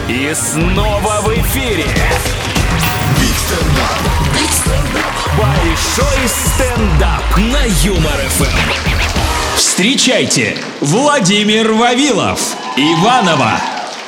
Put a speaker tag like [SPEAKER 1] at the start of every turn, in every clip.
[SPEAKER 1] И снова в эфире большой стендап на Юмор ФМ. Встречайте, Владимир Вавилов, Иваново.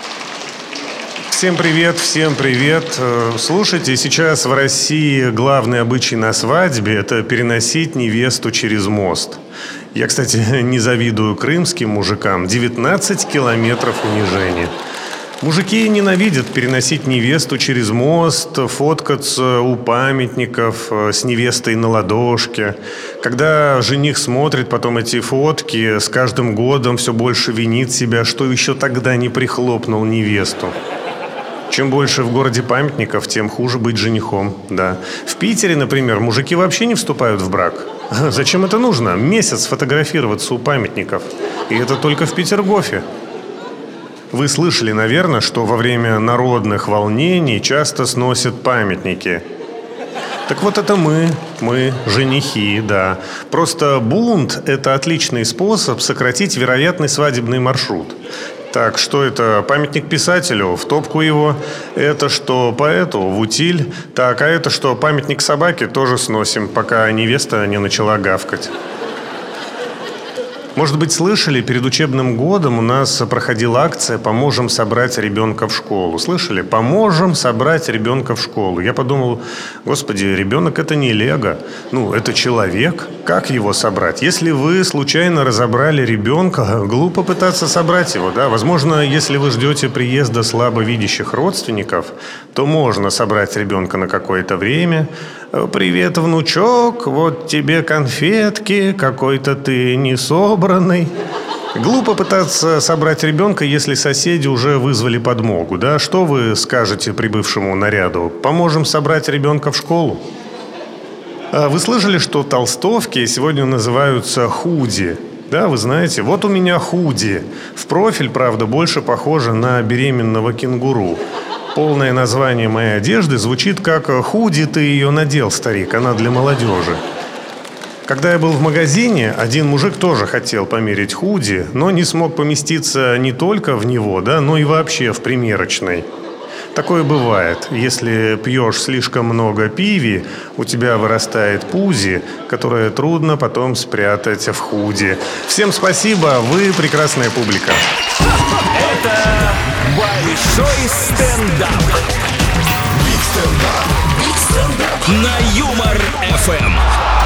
[SPEAKER 2] Всем привет. Слушайте, сейчас в России главный обычай на свадьбе – это переносить невесту через мост. Я, кстати, не завидую крымским мужикам. 19 километров унижения. Мужики ненавидят переносить невесту через мост, фоткаться у памятников с невестой на ладошке. Когда жених смотрит потом эти фотки, с каждым годом все больше винит себя, что еще тогда не прихлопнул невесту. Чем больше в городе памятников, тем хуже быть женихом, да. В Питере, например, мужики вообще не вступают в брак. Зачем это нужно? Месяц фотографироваться у памятников. И это только в Петергофе. Вы слышали, наверное, что во время народных волнений часто сносят памятники. Так вот это мы, женихи, да. Просто бунт – это отличный способ сократить вероятный свадебный маршрут. Так, что это? Памятник писателю, в топку его. Это что, поэту, в утиль. Так, а это что, памятник собаке, тоже сносим, пока невеста не начала гавкать. Может быть, слышали, перед учебным годом у нас проходила акция «Поможем собрать ребенка в школу». Слышали? «Поможем собрать ребенка в школу». Я подумал, господи, ребенок – это не лего. Это человек. Как его собрать? Если вы случайно разобрали ребенка, глупо пытаться собрать его, да? Возможно, если вы ждете приезда слабовидящих родственников, то можно собрать ребенка на какое-то время. «Привет, внучок, вот тебе конфетки, какой-то ты несобранный». Глупо пытаться собрать ребенка, если соседи уже вызвали подмогу, да? Что вы скажете прибывшему наряду? «Поможем собрать ребенка в школу»? Вы слышали, что толстовки сегодня называются худи? Да, вы знаете, вот у меня худи. В профиль, правда, больше похоже на беременного кенгуру. Полное название моей одежды звучит как «Худи ты ее надел, старик, она для молодежи». Когда я был в магазине, один мужик тоже хотел померить худи, но не смог поместиться не только в него, да, но и вообще в примерочной. Такое бывает. Если пьешь слишком много пиви, у тебя вырастает пузи, которое трудно потом спрятать в худи. Всем спасибо, вы прекрасная публика.
[SPEAKER 1] Это большой стендап. Биг стендап. На Юмор ФМ.